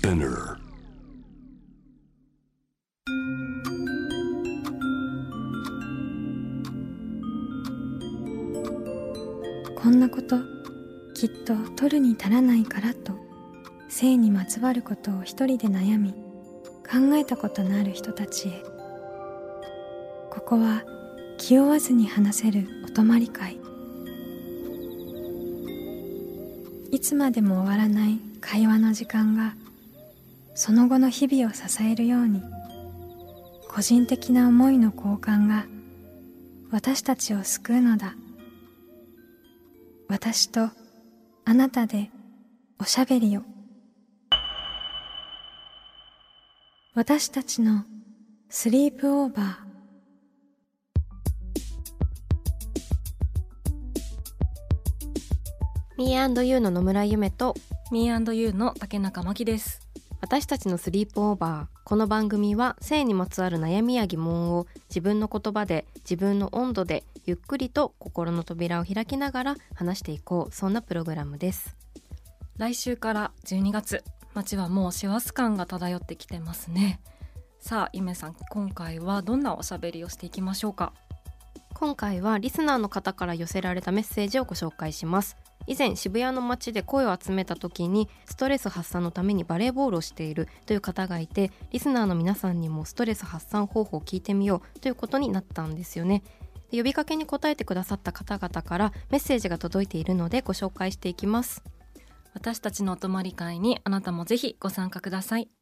Spinner。 こんなこときっと取るに足らないからと性にまつわることを一人で悩み考えたことのある人たちへ、ここは気負わずに話せるお泊まり会。いつまでも終わらない会話の時間がその後の日々を支えるように、個人的な思いの交換が私たちを救うのだ。私とあなたでおしゃべりを。私たちのスリープオーバー。 Me&You の野村ゆめと Me&You の竹中真希です。 私たちのスリープオーバー。この番組は性にまつわる悩みや疑問を自分の言葉で自分の温度でゆっくりと心の扉を開きながら話していこう、そんなプログラムです。 来週から12月、街はもう師走感が漂ってきてますね。さあゆめさん、今回はどんなおしゃべりをしていきましょうか。 今回はリスナーの方から寄せられたメッセージをご紹介します。以前渋谷の街で声を集めた時にストレス発散のためにバレーボールをしているという方がいて、リスナーの皆さんにもストレス発散方法を聞いてみようということになったんですよね。で、呼びかけに答えてくださった方々からメッセージが届いているのでご紹介していきます。 私たちのお泊まり会にあなたもぜひご参加ください。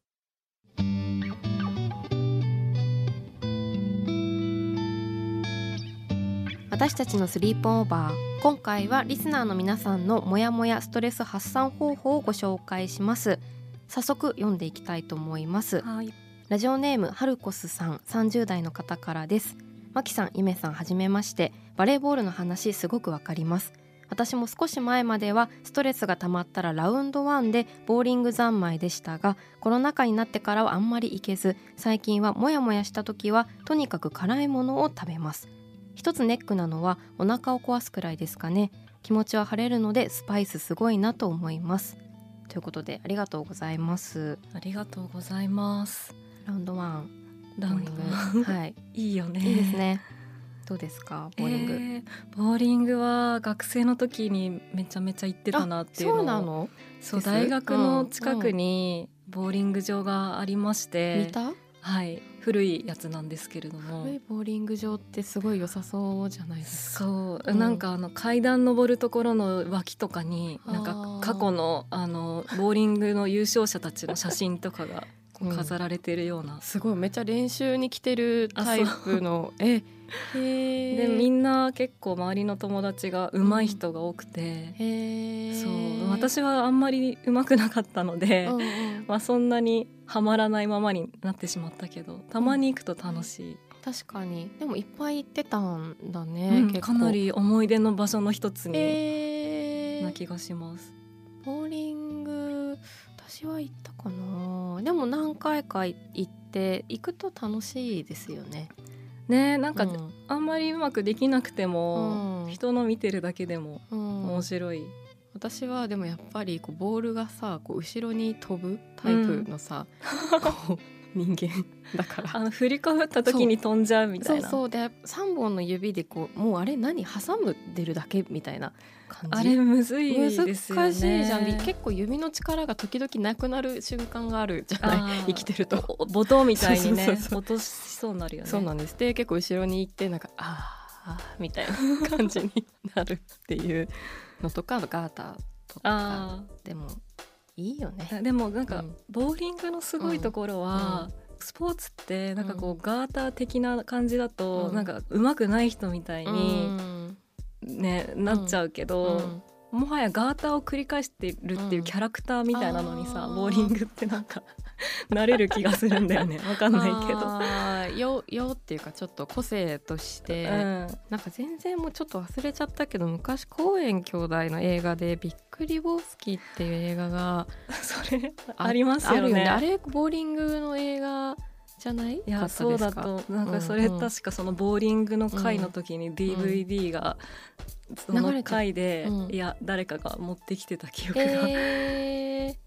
私たちのスリープオーバー。今回はリスナーの皆さんのモヤモヤストレス発散方法をご紹介します。早速読んでいきたいと思います。 はい、 ラジオネームハルコスさん、30代の方からです。マキさん、ゆめさん、はじめまして。バレーボールの話すごくわかります。私も少し前まではストレスが溜まったらラウンド1でボーリング三昧でしたが、コロナ禍になってからはあんまり行けず、最近はモヤモヤした時はとにかく辛いものを食べます。一つネックなのはお腹を壊すくらいですかね。気持ちは晴れるのでスパイスすごいなと思います。ということでありがとうございます。 ありがとうございます。 ラウンド1、 ラウンド1 はい、 いいよね。 いいですね。どうですかボーリング。 ボーリングは学生の時にめちゃめちゃ行ってたなっていうのを。 そうなの？ そう大学の近くにボーリング場がありまして、 見た？ はい、古いやつなんですけれども、 古いボーリング場ってすごい良さそうじゃないですか。 そう、なんか階段登るところの脇とかになんか過去のボーリングの優勝者たちの写真とかが飾られてるような、 すごいめっちゃ練習に来てるタイプのでみんな結構周りの友達が上手い人が多くて、そう私はあんまり上手くなかったので、まあ、そんなにハマらないままになってしまったけど、たまに行くと楽しい。 確かに。でもいっぱい行ってたんだね、結構かなり思い出の場所の一つにな気がします。 ボーリング私は行ったかな。でも何回か行って行くと楽しいですよね。 ね、なんか、あんまりうまくできなくても、人の見てるだけでも面白い。 私はでもやっぱりこうボールがさこう後ろに飛ぶタイプのさ、こう人間だから振りかぶった時に飛んじゃうみたいな。 そうで3本の指でこうもうあれ何挟むでるだけみたいな感じ。 あれむずいですよね。 難しいじゃん。結構指の力が時々なくなる瞬間があるじゃない、生きてるとボトみたいにね落としそうになるよね。 そうなんです。で結構後ろに行ってなんかみたいな感じになるっていうのとか、ガーターとかでもいいよね。 でもなんか、ボーリングのすごいところは、スポーツってなんかこう、ガーター的な感じだと、なんか上手くない人みたいに、ねなっちゃうけど、もはやガーターを繰り返してるっていうキャラクターみたいなのにさ、ボーリングってなんかなれる気がするんだよね。わかんないけどよっていうかちょっと個性として、なんか全然もうちょっと忘れちゃったけど、昔コーエン兄弟の映画でビックリボースキーっていう映画がそれありますよね。 あれボーリングの映画じゃない？ いやそうだとなんかそれ確かそのボーリングの回の時に DVD がその回で、いや誰かが持ってきてた記憶が、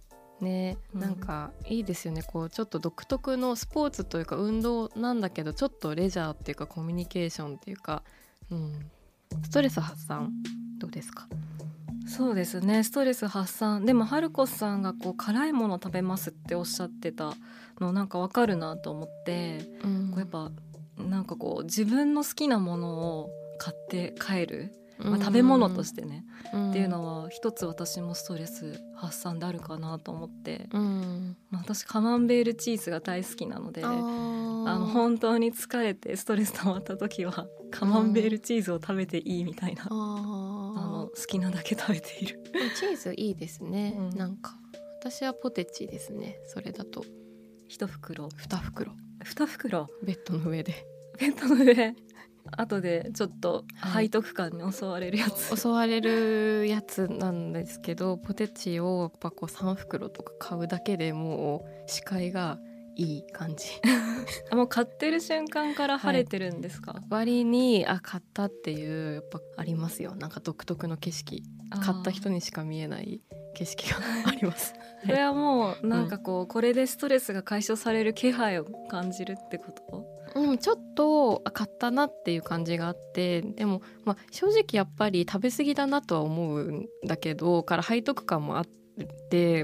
ね、なんかいいですよね。こうちょっと独特のスポーツというか運動なんだけど、ちょっとレジャーっていうかコミュニケーションっていうか、ストレス発散どうですか？ そうですね、ストレス発散。でもハルコスさんがこう辛いもの食べますっておっしゃってたのなんかわかるなと思って、こうやっぱなんかこう自分の好きなものを買って帰る、食べ物としてね、っていうのは一つ私もストレス発散であるかなと思って、私カマンベールチーズが大好きなので、本当に疲れてストレス溜まった時はカマンベールチーズを食べていいみたいな、好きなだけ食べている。 チーズいいですね、なんか私はポテチですね。それだと 1袋 2袋ベッドの上で後でちょっと背徳感に襲われるやつ、 なんですけど、ポテチをやっぱこう3袋とか買うだけでもう視界がいい感じもう買ってる瞬間から晴れてるんですか？ 割に買ったっていうやっぱありますよ。なんか独特の景色、買った人にしか見えない景色がありますそれはもうなんかこれでストレスが解消される気配を感じるってこと？ ちょっと買ったなっていう感じがあって、でも、正直やっぱり食べ過ぎだなとは思うんだけど、から背徳感もあって、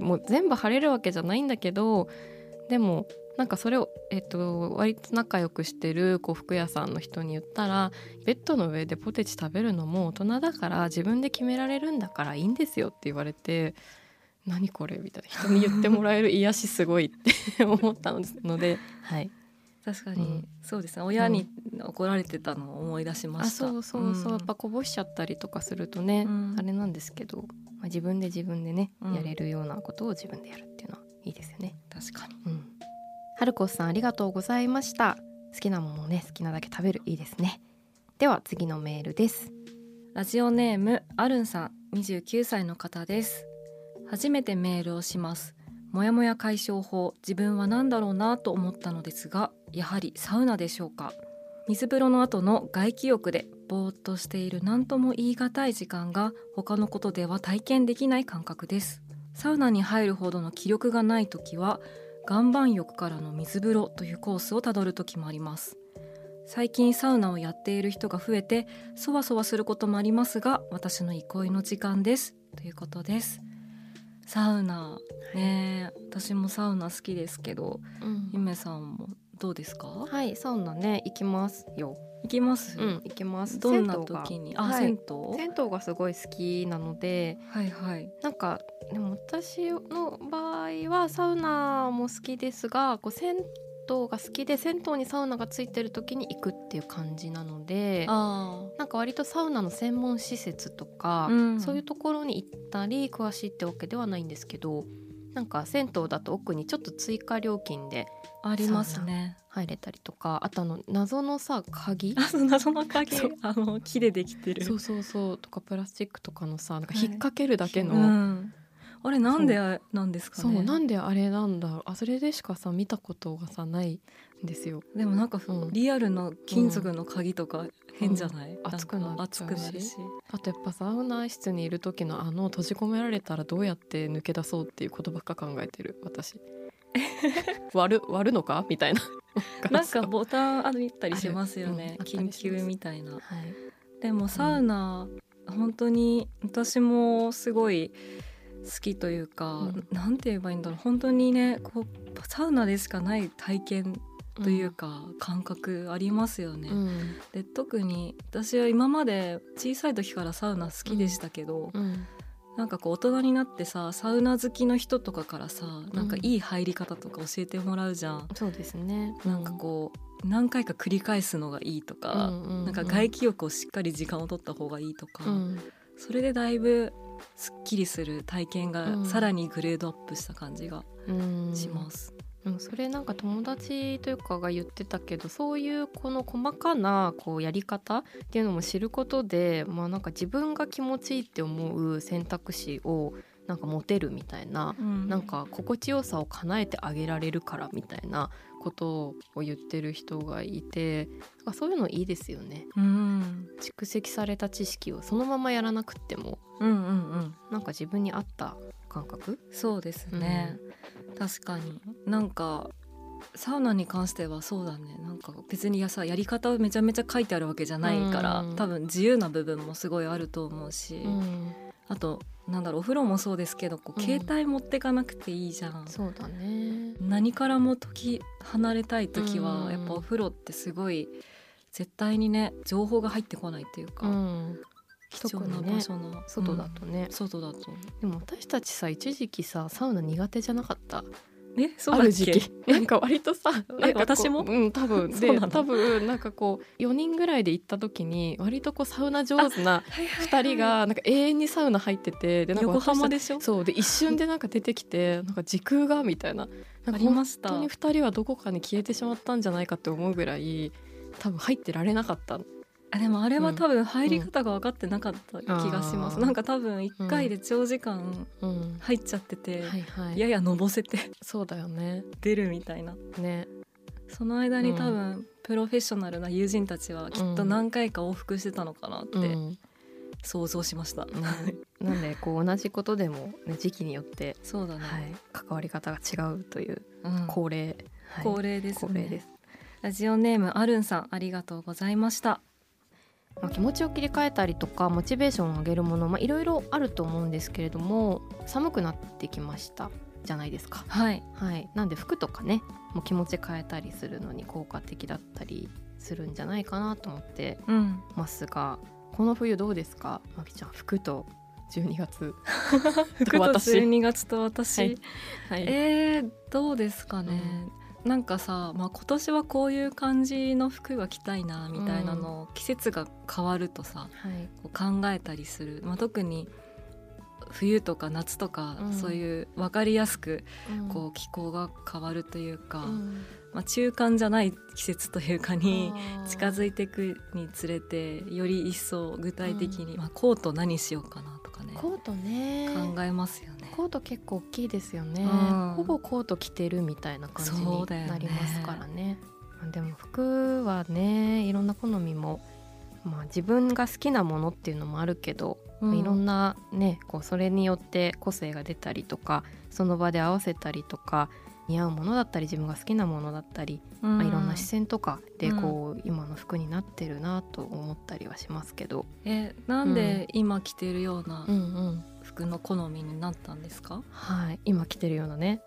もう全部晴れるわけじゃないんだけど、でもなんかそれを、割と仲良くしてる服屋さんの人に言ったら、ベッドの上でポテチ食べるのも大人だから自分で決められるんだからいいんですよって言われて、何これみたいな、人に言ってもらえる癒しすごいって思ったのではい、 確かに、そうですね、親に怒られてたのを思い出しました。 そうやっぱこぼしちゃったりとかするとね、あれなんですけど、自分でね、やれるようなことを自分でやるっていうのはいいですよね。 確かに。 ハルコスさんありがとうございました。好きなものをね、好きなだけ食べる、いいですね。では次のメールです。 ラジオネームアルンさん、29歳の方です。初めてメールをします。もやもや解消法、自分は何だろうなと思ったのですが、やはりサウナでしょうか。水風呂の後の外気浴でぼーっとしている何とも言い難い時間が他のことでは体験できない感覚です。サウナに入るほどの気力がないときは岩盤浴からの水風呂というコースをたどるときもあります。最近サウナをやっている人が増えてそわそわすることもありますが、私の憩いの時間ですということです。サウナね、私もサウナ好きですけど、ゆめさんもどうですか？ はい、サウナね行きますよ。 行きます？ 行きます。 どんな時に？銭湯がすごい好きなので、なんかでも私の場合はサウナも好きですが、銭湯が好きで銭湯にサウナがついてる時に行くっていう感じなので、なんか割とサウナの専門施設とか、そういうところに行ったり詳しいってわけではないんですけど、なんか銭湯だと奥にちょっと追加料金でありますね、 入れたりとか、あと謎の鍵、 謎の鍵木でできてる、 そうとかプラスチックとかのなんか引っ掛けるだけの、 あれなんでなんですかね。 そうなんであれなんだろう。それでしか見たことがないんですよ。 でもなんか、リアルの金属の鍵とか変じゃない？ 熱くなるし、あとやっぱサウナ室にいる時の閉じ込められたらどうやって抜け出そうっていうことばっか考えてる私割るのかみたいななんかボタンあったりしますよね、緊急みたいな、でもサウナ、本当に私もすごい好きというか、なんて言えばいいんだろう、本当にね、サウナでしかない体験というか、感覚ありますよね、で特に私は今まで小さい時からサウナ好きでしたけど、なんか大人になってサウナ好きの人とかからなんかいい入り方とか教えてもらうじゃん。 そうですね、 なんか何回か繰り返すのがいいとか、なんか外気浴をしっかり時間を取った方がいいとか、それでだいぶすっきりする体験がさらにグレードアップした感じがします。 それなんか友達というかが言ってたけど、そういうこの細かなやり方っていうのも知ることで、なんか自分が気持ちいいって思う選択肢をなんか持てるみたいな、なんか心地よさを叶えてあげられるからみたいなことを言ってる人がいて、そういうのいいですよね、蓄積された知識をそのままやらなくっても、なんか自分に合った感覚。 そうですね、確かになんかサウナに関してはそうだね、なんか別にやり方めちゃめちゃ書いてあるわけじゃないから、多分自由な部分もすごいあると思うし、あとなんだろう、お風呂もそうですけど携帯持ってかなくていいじゃん。 そうだね。 何からも離れたい時は、やっぱお風呂ってすごい絶対にね情報が入ってこないっていうか、貴重な場所な、 外だとね、 外だと。 でも私たちさ一時期さサウナ苦手じゃなかった？ そうだっけ？ ある時期なんか割とさ私も多分で多分なんかこう4人ぐらいで行った時に割とこうサウナ上手な2人がなんか永遠にサウナ入ってて、でなんか横浜でしょ。 そうで一瞬でなんか出てきてなんか時空がみたいな、なんか本当に2人はどこかに消えてしまったんじゃないかって思うぐらい多分入ってられなかった。 でもあれは多分入り方が分かってなかった気がします、なんか多分1回で長時間入っちゃってて、ややのぼせてそうだよね出るみたいなね。 その間に多分プロフェッショナルな友人たちはきっと何回か往復してたのかなって想像しました、 なんでこう同じことでも、ね、時期によってそうだね、 関わり方が違うという恒例、 恒例ですね。 恒例です。 ラジオネームアルンさん、ありがとうございました。 気持ちを切り替えたりとかモチベーションを上げるもの、いろいろあると思うんですけれども、寒くなってきましたじゃないですか。なんで服とかねもう気持ち変えたりするのに効果的だったりするんじゃないかなと思ってますが、この冬どうですかまきちゃん、服と12月服と12月と私、どうですかね、なんかさ、今年はこういう感じの服が着たいなみたいなのを、季節が変わるとさ、こう考えたりする、特に冬とか夏とか、そういう分かりやすくこう気候が変わるというか、中間じゃない季節というかに近づいていくにつれて、より一層具体的に、コート何しようかなとかね、 コートね考えますよね。 コート結構大きいですよね、ほぼコート着てるみたいな感じになりますからね。でも服はねいろんな好みも、自分が好きなものっていうのもあるけど、いろんなねこうそれによって個性が出たりとか、その場で合わせたりとか、似合うものだったり自分が好きなものだったり、いろんな視線とかでこう、今の服になってるなと思ったりはしますけど、 なんで今着てるような服の好みになったんですか？ 今着てるようなね、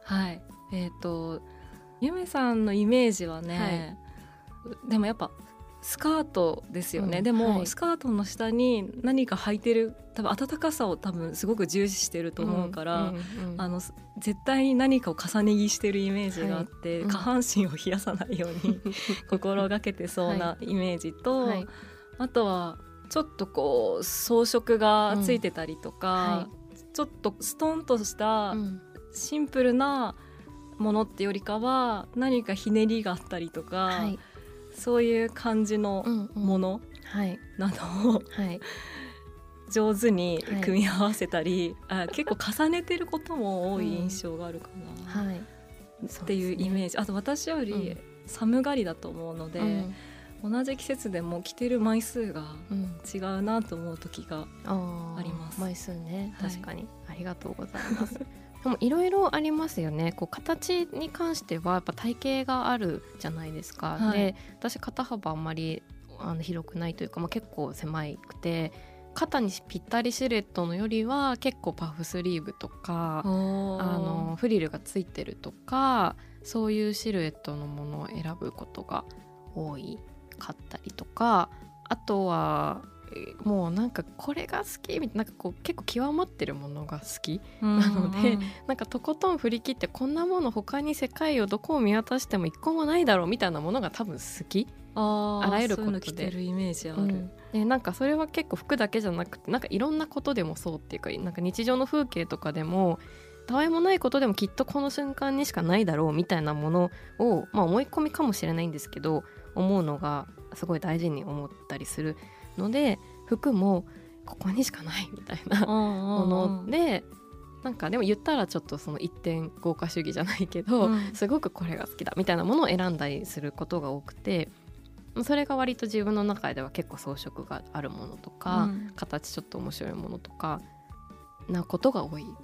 ゆめさんのイメージはね、でもやっぱスカートですよね、でも、スカートの下に何か履いてる、多分暖かさをすごく重視してると思うから、絶対に何かを重ね着してるイメージがあって、下半身を冷やさないように心がけてそうなイメージと、あとはちょっとこう装飾がついてたりとか、ちょっとストンとしたシンプルなものってよりかは何かひねりがあったりとか、そういう感じのものなどを上手に組み合わせたり、結構重ねてることも多い印象があるかな、っていうイメージ。あと私より寒がりだと思うので、同じ季節でも着てる枚数が違うなと思う時があります。 枚数ね、確かに、ありがとうございますでもいろいろありますよね。こう形に関してはやっぱ体型があるじゃないですか、で私肩幅あんまり広くないというか、結構狭くて、肩にぴったりシルエットのよりは結構パフスリーブとかフリルがついてるとか、そういうシルエットのものを選ぶことが多かったりとか、あとはもうなんかこれが好きみたいな、なんかこう結構極まってるものが好きなので、なんかとことん振り切って、こんなもの他に世界をどこを見渡しても一個もないだろうみたいなものが多分好き、あらゆることで、 そういうの着てるイメージある、 でなんかそれは結構服だけじゃなくて、なんかいろんなことでもそうっていうか、なんか日常の風景とかでもたわいもないことでもきっとこの瞬間にしかないだろうみたいなものを、思い込みかもしれないんですけど思うのがすごい大事に思ったりするので、服もここにしかないみたいなもので、なんかでも言ったらちょっとその一点豪華主義じゃないけど、すごくこれが好きだみたいなものを選んだりすることが多くて、それが割と自分の中では結構装飾があるものとか、形ちょっと面白いものとかなことが多いですね。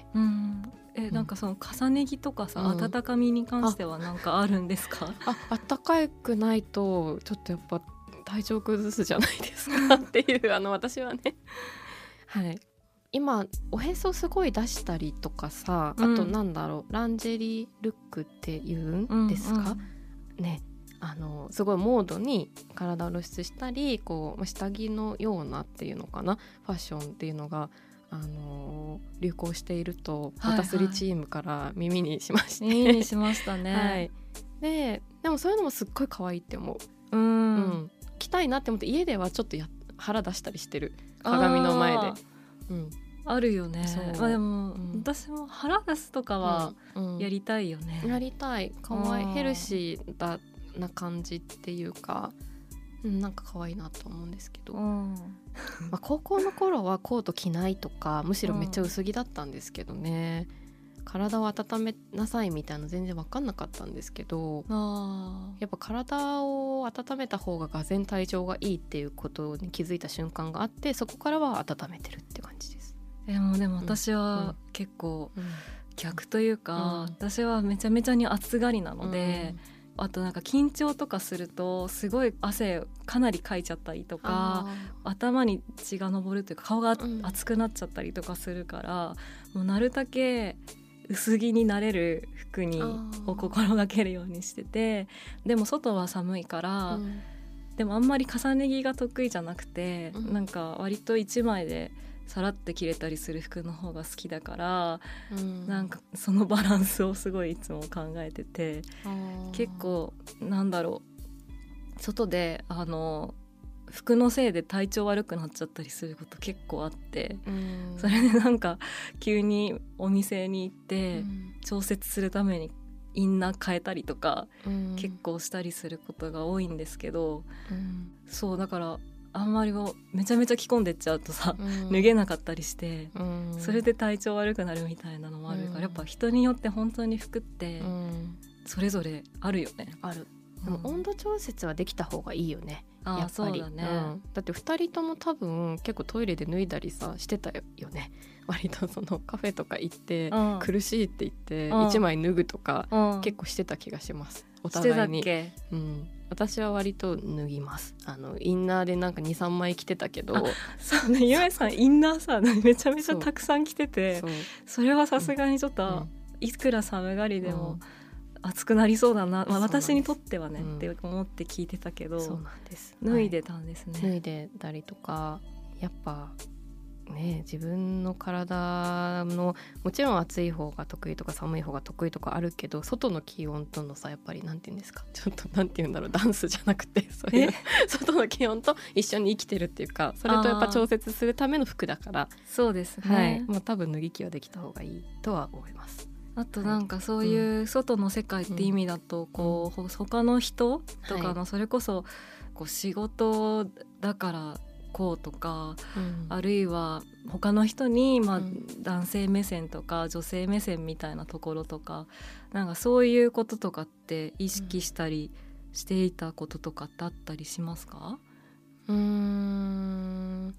なんかその重ね着とかさ、温かみに関してはなんかあるんですか？ 暖かくないとちょっとやっぱ体調崩すじゃないですかっていう私はねはい今おへそすごい出したりとかさ、あとなんだろう、ランジェリールックっていうんですか、ね、すごいモードに体を露出したり、こう下着のようなっていうのかな、ファッションっていうのが流行していると、私リチームから耳にしまして、 耳にしましたね、 はい、でもそういうのもすっごい可愛いって思う。着たいなって思って家ではちょっと腹出したりしてる、鏡の前で。 あるよね。でも、私も腹出すとかはやりたいよね。 やりたい。可愛い、ヘルシーな感じっていうか、なんか可愛いなと思うんですけど、高校の頃はコート着ないとか、むしろめっちゃ薄着だったんですけどね、体を温めなさいみたいなの全然分かんなかったんですけど、やっぱ体を温めた方ががぜん体調がいいっていうことに気づいた瞬間があって、そこからは温めてるって感じです。 でも私は結構逆というか、私はめちゃめちゃに暑がりなので、あとなんか緊張とかするとすごい汗かなりかいちゃったりとか、頭に血が上るというか顔が熱くなっちゃったりとかするから、もうなるだけ薄着になれる服を心がけるようにしてて、でも外は寒いから、でもあんまり重ね着が得意じゃなくて、なんか割と1枚でさらって着れたりする服の方が好きだから、なんかそのバランスをすごいいつも考えてて、結構なんだろう、外で服のせいで体調悪くなっちゃったりすること結構あって、それでなんか急にお店に行って調節するためにインナー変えたりとか、結構したりすることが多いんですけど、そうだからあんまりめちゃめちゃ着込んでっちゃうとさ、脱げなかったりして、それで体調悪くなるみたいなのもあるから、やっぱ人によって本当に服ってそれぞれあるよね。 ある。でも温度調節はできた方がいいよね、やっぱり。 そうだね、 だって2人とも多分結構トイレで脱いだりさしてたよね。割とそのカフェとか行って、苦しいって言って1枚脱ぐとか、結構してた気がします、お互いに。 してたっけ？ 私は割と脱ぎます。インナーでなんか 2,3 枚着てたけど、 そうね、ゆめさんインナーさめちゃめちゃたくさん着てて、それはさすがにちょっと、いくら寒がりでも暑くなりそうだな、私にとってはね、って思って聞いてたけど、 そうなんです。 脱いでたんですね。 脱いでたりとか、やっぱね、自分の体のもちろん暑い方が得意とか寒い方が得意とかあるけど、外の気温とのさ、やっぱりなんていうんですか、ちょっとなんていうんだろう、ダンスじゃなくて、そういう外の気温と一緒に生きてるっていうか、それとやっぱ調節するための服だから、 そうですね、 多分脱ぎ着はできた方がいいとは思います。 あとなんかそういう外の世界って意味だと、こう他の人とかの、それこそこう仕事だからこうとか、あるいは他の人に、男性目線とか女性目線みたいなところとか、なんかそういうこととかって意識したりしていたこととかってあったりしますか？ あん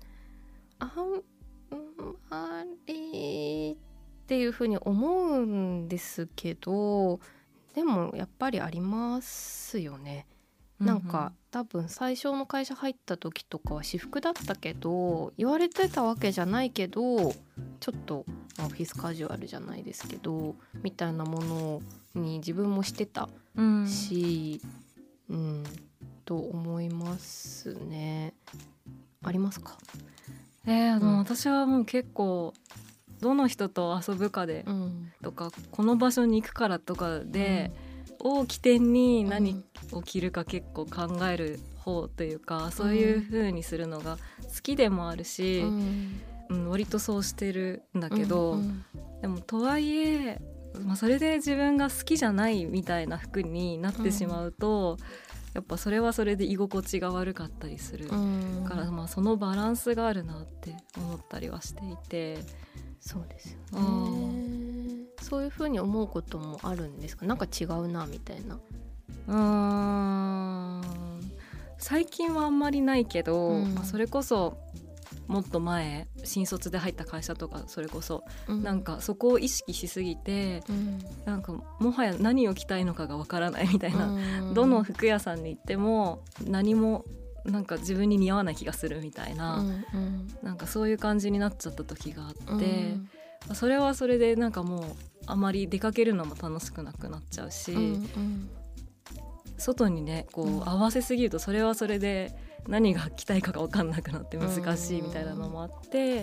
まりっていうふうに思うんですけど、でもやっぱりありますよね。なんか多分最初の会社入った時とかは私服だったけど、言われてたわけじゃないけど、ちょっとオフィスカジュアルじゃないですけどみたいなものに自分もしてたし、と思いますね。ありますか？ 私はもう結構どの人と遊ぶかで、とかこの場所に行くからとかで、を起点に何を着るか結構考える方というか、そういう風にするのが好きでもあるし、割とそうしてるんだけど、でもとはいえ、それで自分が好きじゃないみたいな服になってしまうと、やっぱそれはそれで居心地が悪かったりするから、そのバランスがあるなって思ったりはしていて。 そうですよね。そういう風に思うこともあるんですか？なんか違うなみたいな。 最近はあんまりないけど、それこそもっと前新卒で入った会社とかそれこそ、 うんなんかそこを意識しすぎて、 うんなんかもはや何を着たいのかがわからないみたいな、どの服屋さんに行っても何もなんか自分に似合わない気がするみたいな、なんかそういう感じになっちゃった時があって、それはそれでなんかもうあまり出かけるのも楽しくなくなっちゃうし、外にねこう合わせすぎるとそれはそれで何が着たいかが分かんなくなって難しいみたいなのもあって、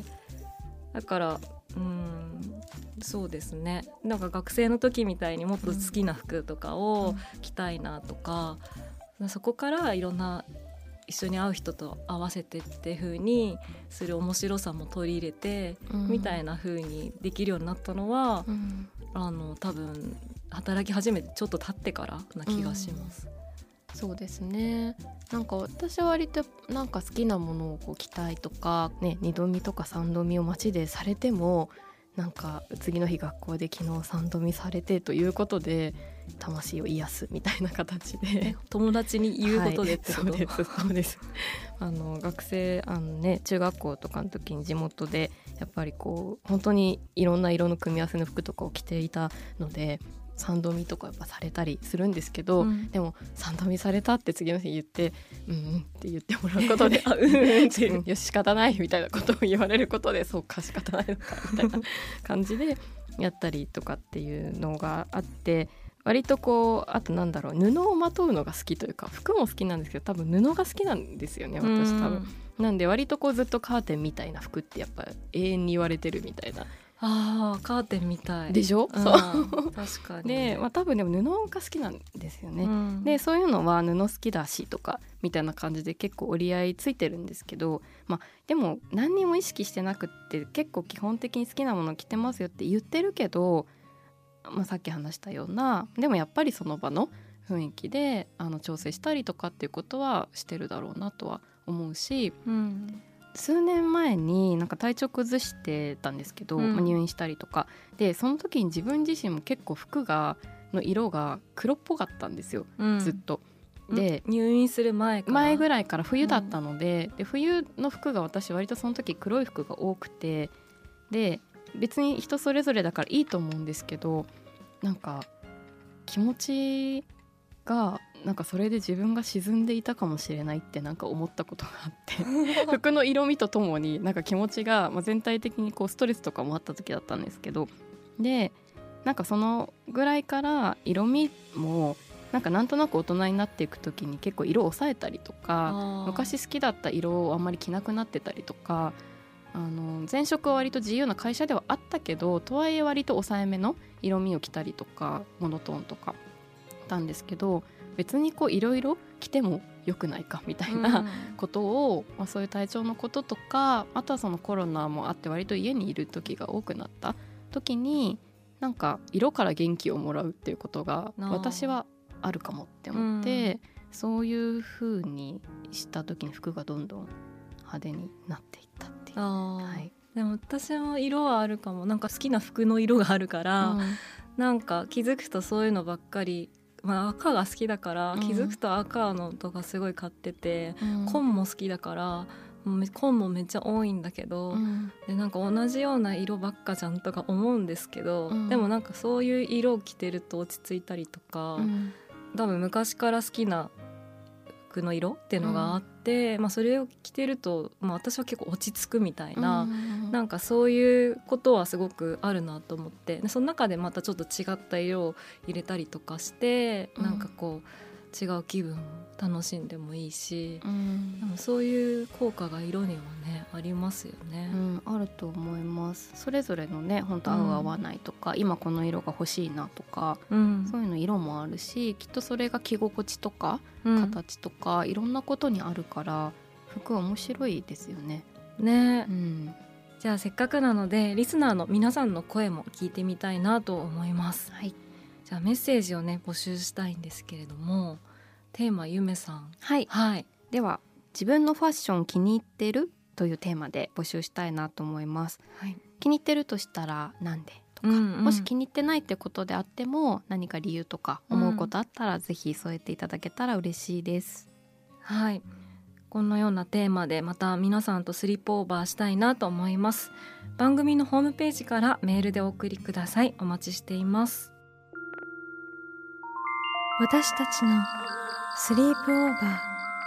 だからそうですね、なんか学生の時みたいにもっと好きな服とかを着たいなとか、そこからいろんな一緒に会う人と合わせてっていう風にする面白さも取り入れて、みたいな風にできるようになったのは、多分働き始めてちょっと経ってからな気がします。 そうですね。なんか私は割となんか好きなものをこう着たいとか、ね、2度見とか3度見を街でされても、なんか次の日学校で昨日3度見されてということで魂を癒すみたいな形で友達に言うことでってこと、 はい、そうです学生中学校とかの時に地元でやっぱりこう本当にいろんな色の組み合わせの服とかを着ていたので、3度見とかやっぱされたりするんですけど、でも3度見されたって次の日言ってって言ってもらうことでよし仕方ないみたいなことを言われることで、そうか仕方ないのかみたいな感じでやったりとかっていうのがあって、割とこうあとなんだろう、布をまとうのが好きというか、服も好きなんですけど多分布が好きなんですよね私多分。なんで割とこうずっとカーテンみたいな服ってやっぱ永遠に言われてるみたいな。 カーテンみたいでしょ、 そう確かにで、多分でも布が好きなんですよね、でそういうのは布好きだしとかみたいな感じで結構折り合いついてるんですけど、でも何にも意識してなくって結構基本的に好きなもの着てますよって言ってるけど、さっき話したような、でもやっぱりその場の雰囲気で調整したりとかっていうことはしてるだろうなとは思うし、数年前になんか体調崩してたんですけど、入院したりとかで、その時に自分自身も結構服の色が黒っぽかったんですよ、ずっと。で入院する前ぐらいから冬だったので、冬の服が私割とその時黒い服が多くて、で別に人それぞれだからいいと思うんですけど、なんか気持ちがなんかそれで自分が沈んでいたかもしれないってなんか思ったことがあって服の色味とともになんか気持ちが、全体的にこうストレスとかもあった時だったんですけど、でなんかそのぐらいから色味もなんとなく大人になっていく時に結構色を抑えたりとか、昔好きだった色をあんまり着なくなってたりとか、前職は割と自由な会社ではあったけど、とはいえ割と抑えめの色味を着たりとかモノトーンとかたんですけど、別にこういろいろ着てもよくないかみたいなことを、そういう体調のこととか、あとはそのコロナもあって割と家にいる時が多くなった時に、なんか色から元気をもらうっていうことが私はあるかもって思って、そういう風にした時に服がどんどん派手になっていったっていう。 でも私も色はあるかも。なんか好きな服の色があるから、なんか気づくとそういうのばっかり、赤が好きだから気づくと赤のとかすごい買ってて、紺も好きだから紺もめっちゃ多いんだけど、でなんか同じような色ばっかじゃんとか思うんですけど、でもなんかそういう色を着てると落ち着いたりとか、多分昔から好きな服の色っていうのがあって、それを着てると、私は結構落ち着くみたいな、なんかそういうことはすごくあるなと思って、でその中でまたちょっと違った色を入れたりとかして、なんかこう違う気分を楽しんでもいいし、でもそういう効果が色にはねありますよね。 あると思います。それぞれのね、本当合う合わないとか、今この色が欲しいなとか、そういうの色もあるし、きっとそれが着心地とか、形とかいろんなことにあるから、服は面白いですよね。 じゃあせっかくなのでリスナーの皆さんの声も聞いてみたいなと思います。じゃあメッセージをね募集したいんですけれども、テーマゆめさん。 では自分のファッション気に入ってるというテーマで募集したいなと思います。気に入ってるとしたらなんでとか、もし気に入ってないってことであっても何か理由とか思うことあったら、ぜひ添えていただけたら嬉しいです。 このようなテーマでまた皆さんとスリップオーバーしたいなと思います。番組のホームページからメールでお送りください。お待ちしています。 私たちのスリープオーバー。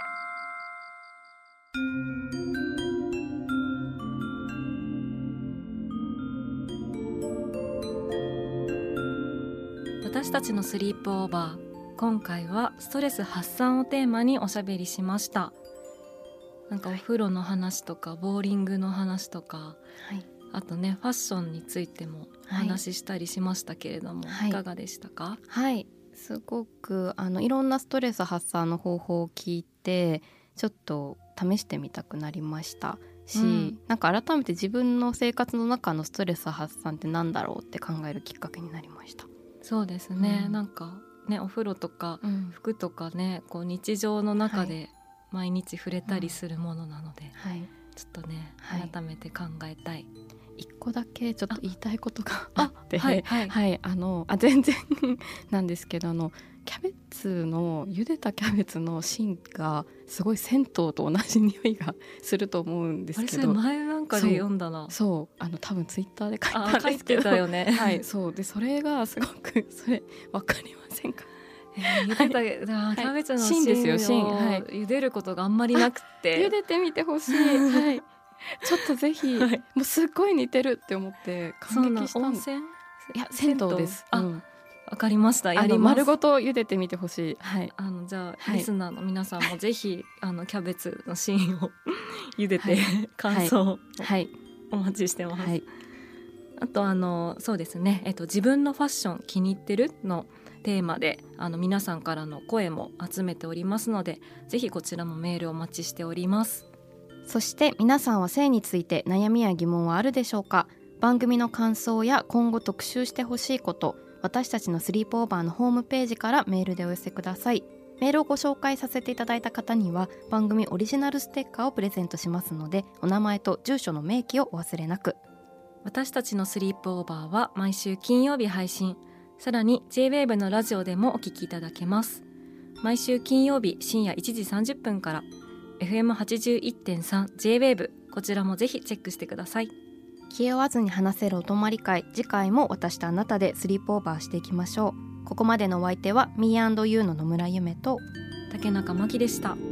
私たちのスリープオーバー、今回はストレス発散をテーマにおしゃべりしました。なんかお風呂の話とかボーリングの話とか、 はい、 あとねファッションについてもお話ししたりしましたけれども、 はい、 いかがでしたか？ はい、すごくいろんなストレス発散の方法を聞いてちょっと試してみたくなりましたし、なんか改めて自分の生活の中のストレス発散ってなんだろうって考えるきっかけになりました。 そうですね、なんかねお風呂とか服とかね、こう日常の中で毎日触れたりするものなので、ちょっとね、改めて考えたい。 一個だけちょっと言いたいことがあって、全然なんですけどキャベツの茹でたキャベツの芯がすごい銭湯と同じ匂いがすると思うんですけど、 あれそれ前なんかで読んだな。 そう多分ツイッターで書いたんですけど、 書いてたよね。 はいそうでそれがすごくそれ分かりませんか？ 茹でたキャベツの芯ですよ、芯。 茹でることがあんまりなくて茹でてみてほしい。はい。ちょっとぜひ、もうすっごい似てるって思って感激したんです。 温泉？ いや銭湯です。 わかりました。やります。 丸ごと茹でてみてほしい。 じゃあ、リスナーの皆さんもぜひキャベツの芯を茹でて、感想をお待ちしてます。あとそうですね、自分のファッション気に入ってるのテーマで皆さんからの声も集めておりますので、ぜひこちらもメールお待ちしております。 そして皆さんは性について悩みや疑問はあるでしょうか？番組の感想や今後特集してほしいこと、私たちのスリープオーバーのホームページからメールでお寄せください。メールをご紹介させていただいた方には番組オリジナルステッカーをプレゼントしますので、お名前と住所の明記をお忘れなく。 私たちのスリープオーバーは毎週金曜日配信、さらに J-WAVE のラジオでもお聞きいただけます。毎週金曜日深夜1時30分から FM81.3 J-WAVE、 こちらもぜひチェックしてください。 気負わずに話せるお泊まり会、次回も私とあなたでスリープオーバーしていきましょう。ここまでのお相手は Me&You の野村ゆめと竹中真希でした。